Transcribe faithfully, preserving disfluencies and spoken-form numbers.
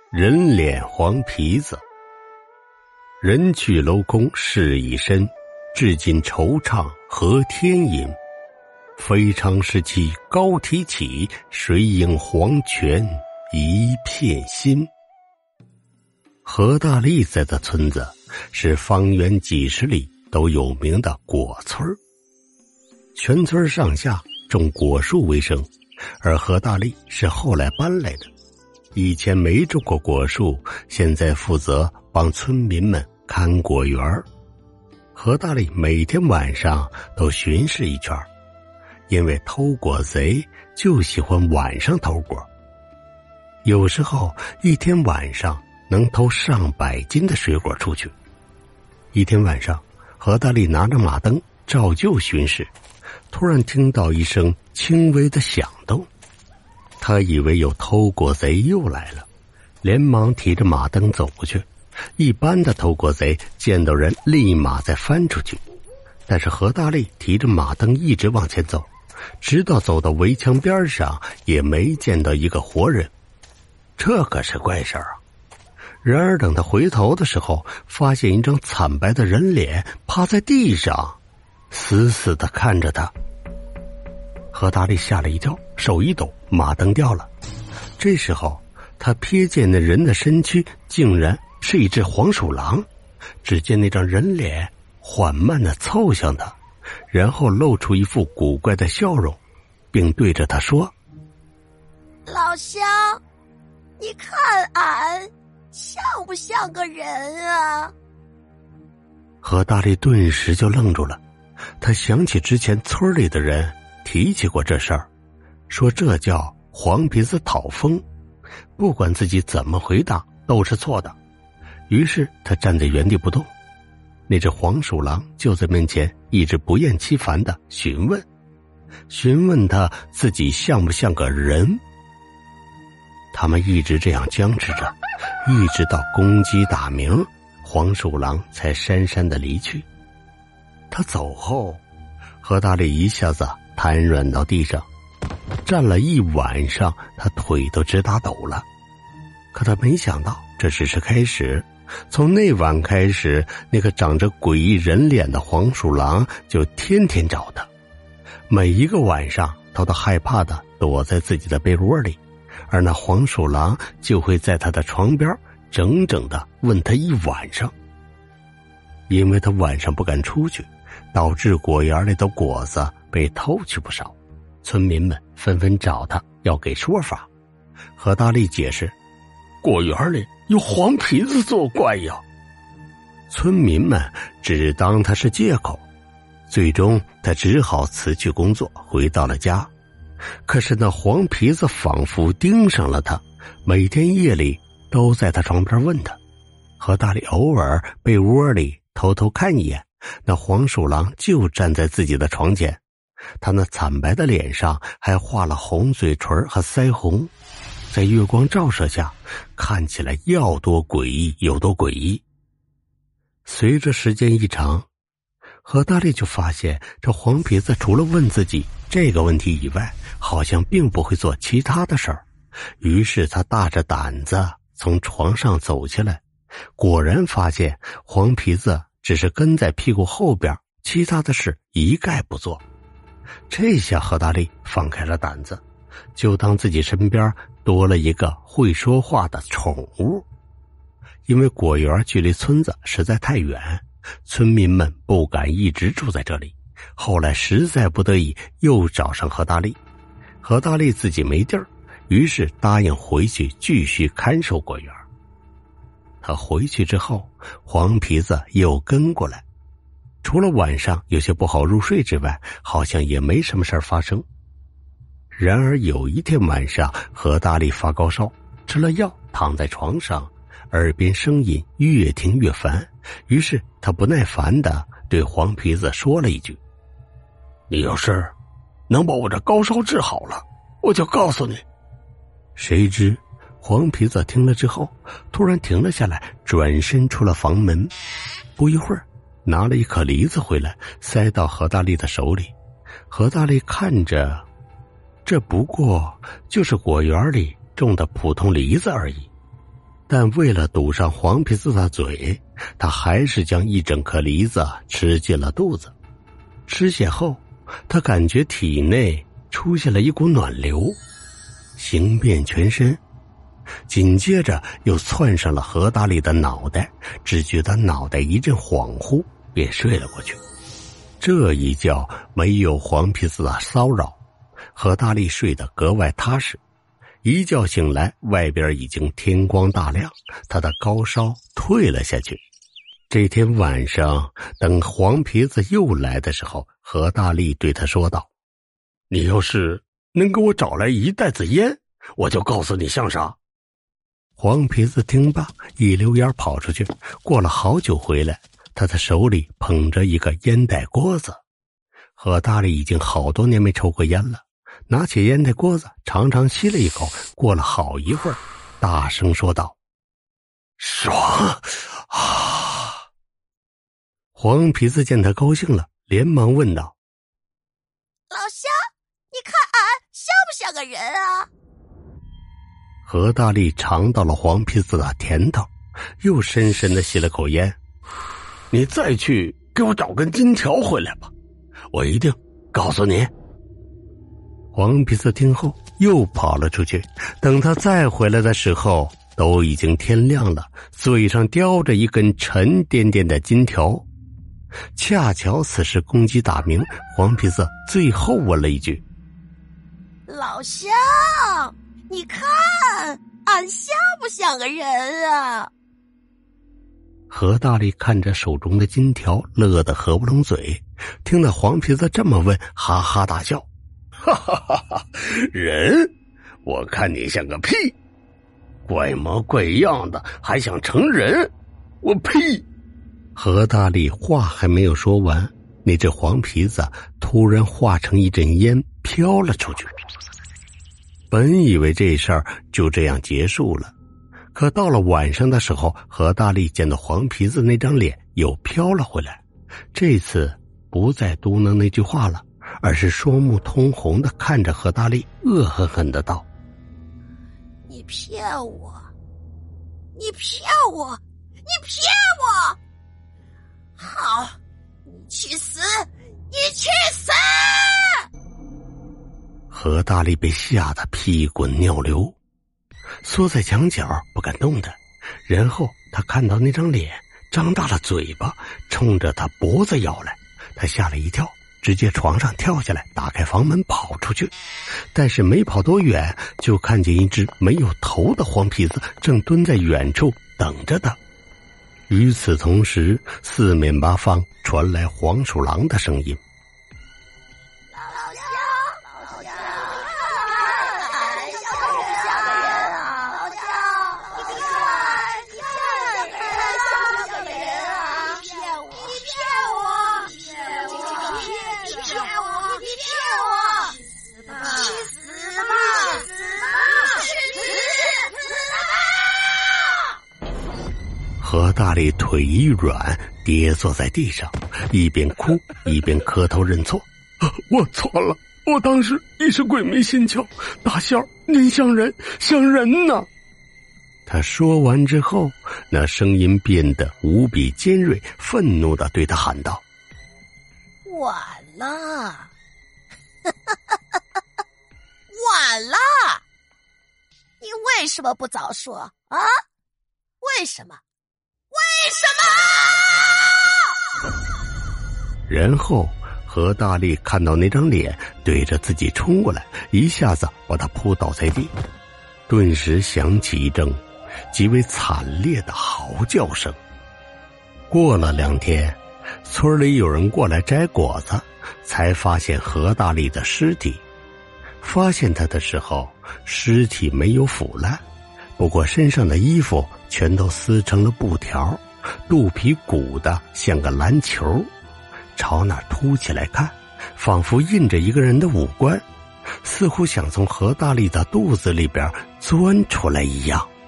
人脸黄皮子。人去楼空事已深，至今惆怅何天饮。非常时期高提起，谁应黄泉一片心。何大力在的村子是方圆几十里都有名的果村，全村上下种果树为生，而何大力是后来搬来的，以前没种过果树，现在负责帮村民们看果园。何大力每天晚上都巡视一圈，因为偷果贼就喜欢晚上偷果，有时候一天晚上能偷上百斤的水果出去。一天晚上，何大力拿着马灯照旧巡视，突然听到一声轻微的响动，他以为有偷果贼又来了，连忙提着马灯走过去。一般的偷果贼见到人立马再翻出去，但是何大力提着马灯一直往前走，直到走到围墙边上也没见到一个活人，这可是怪事儿啊！然而等他回头的时候，发现一张惨白的人脸趴在地上，死死地看着他。何大力吓了一跳，手一抖，马灯掉了。这时候他瞥见那人的身躯竟然是一只黄鼠狼，只见那张人脸缓慢地凑向他，然后露出一副古怪的笑容，并对着他说： 老乡，你看俺像不像个人啊？ 何大力顿时就愣住了，他想起之前村里的人提起过这事儿，说这叫黄皮子讨风，不管自己怎么回答都是错的。于是他站在原地不动，那只黄鼠狼就在面前一直不厌其烦地询问询问他自己像不像个人。他们一直这样僵持着，一直到公鸡打鸣，黄鼠狼才姗姗地离去。他走后，何大力一下子瘫软到地上，站了一晚上，他腿都直打抖了。可他没想到这只是开始，从那晚开始，那个长着诡异人脸的黄鼠狼就天天找他，每一个晚上他都害怕的躲在自己的被窝里，而那黄鼠狼就会在他的床边整整的问他一晚上。因为他晚上不敢出去，导致果园里的果子被偷去不少，村民们纷纷找他要给说法。何大力解释，果园里有黄皮子作怪呀。村民们只当他是借口，最终他只好辞去工作，回到了家。可是那黄皮子仿佛盯上了他，每天夜里都在他床边问他。何大力偶尔被窝里偷偷看一眼，那黄鼠狼就站在自己的床前，他那惨白的脸上还画了红嘴唇和腮红，在月光照射下看起来要多诡异有多诡异。随着时间一长，何大力就发现这黄皮子除了问自己这个问题以外，好像并不会做其他的事儿。于是他大着胆子从床上走下来，果然发现黄皮子只是跟在屁股后边，其他的事一概不做。这下何大力放开了胆子，就当自己身边多了一个会说话的宠物。因为果园距离村子实在太远，村民们不敢一直住在这里，后来实在不得已又找上何大力。何大力自己没地儿，于是答应回去继续看守果园。他回去之后，黄皮子又跟过来，除了晚上有些不好入睡之外，好像也没什么事发生。然而有一天晚上，何大力发高烧，吃了药，躺在床上，耳边声音越听越烦，于是他不耐烦地对黄皮子说了一句：你要是能把我这高烧治好了，我就告诉你。谁知黄皮子听了之后突然停了下来，转身出了房门，不一会儿拿了一颗梨子回来，塞到何大力的手里。何大力看着，这不过就是果园里种的普通梨子而已。 但为了堵上黄皮子的嘴，他还是将一整颗梨子吃进了肚子。吃下后，他感觉体内出现了一股暖流，行遍全身，紧接着又窜上了何大力的脑袋，只觉得脑袋一阵恍惚，便睡了过去。这一觉没有黄皮子的骚扰，何大力睡得格外踏实。一觉醒来，外边已经天光大亮，他的高烧退了下去。这天晚上，等黄皮子又来的时候，何大力对他说道：你要是能给我找来一袋子烟，我就告诉你像啥。黄皮子听罢，一溜烟跑出去，过了好久回来，他的手里捧着一个烟袋锅子。何大力已经好多年没抽过烟了，拿起烟袋锅子长长吸了一口，过了好一会儿，大声说道：爽啊！黄皮子见他高兴了，连忙问道： 老乡，你看俺像不像个人啊？ 何大力尝到了黄皮子的甜头，又深深地吸了口烟。你再去给我找根金条回来吧，我一定告诉你。黄皮子听后又跑了出去，等他再回来的时候，都已经天亮了，嘴上叼着一根沉甸甸的金条。恰巧此时公鸡打鸣，黄皮子最后问了一句： 老乡，你看俺像不像个人啊？ 何大力看着手中的金条，乐得合不拢嘴，听到黄皮子这么问，哈哈大笑：哈哈哈哈！人？我看你像个屁！怪模怪样的，还想成人？我呸！何大力话还没有说完，那只黄皮子突然化成一阵烟飘了出去。本以为这事儿就这样结束了，可到了晚上的时候，何大力见到黄皮子那张脸又飘了回来，这次不再嘟囔那句话了，而是双目通红的看着何大力，恶狠狠的道： 你骗我，你骗我，你骗我！好，你去死，你去死！ 何大力被吓得屁滚尿流，缩在墙角不敢动弹。然后他看到那张脸张大了嘴巴，冲着他脖子咬来，他吓了一跳，直接床上跳下来，打开房门跑出去。但是没跑多远，就看见一只没有头的黄皮子正蹲在远处等着他。与此同时，四面八方传来黄鼠狼的声音： 老乡，老乡，俺像不像个人啊？老乡，你看，你看，俺像不像个人啊？你骗我，你骗我，你骗我，你骗我，你骗我！你死吧，你死吧，去死，死吧！ 何大力腿一软，跌坐在地上，一边哭一边磕头认错：我错了，我当时一时鬼迷心窍，大仙儿您像人，像人呢。他说完之后，那声音变得无比尖锐，愤怒地对他喊道： 晚了，晚了！你为什么不早说啊？为什么？为什么？ 然后何大力看到那张脸对着自己冲过来，一下子把他扑倒在地，顿时响起一阵极为惨烈的嚎叫声。过了两天，村里有人过来摘果子，才发现何大力的尸体。发现他的时候，尸体没有腐烂，不过身上的衣服全都撕成了布条，肚皮鼓得像个篮球，朝那儿凸起来看，仿佛印着一个人的五官，似乎想从何大力的肚子里边钻出来一样。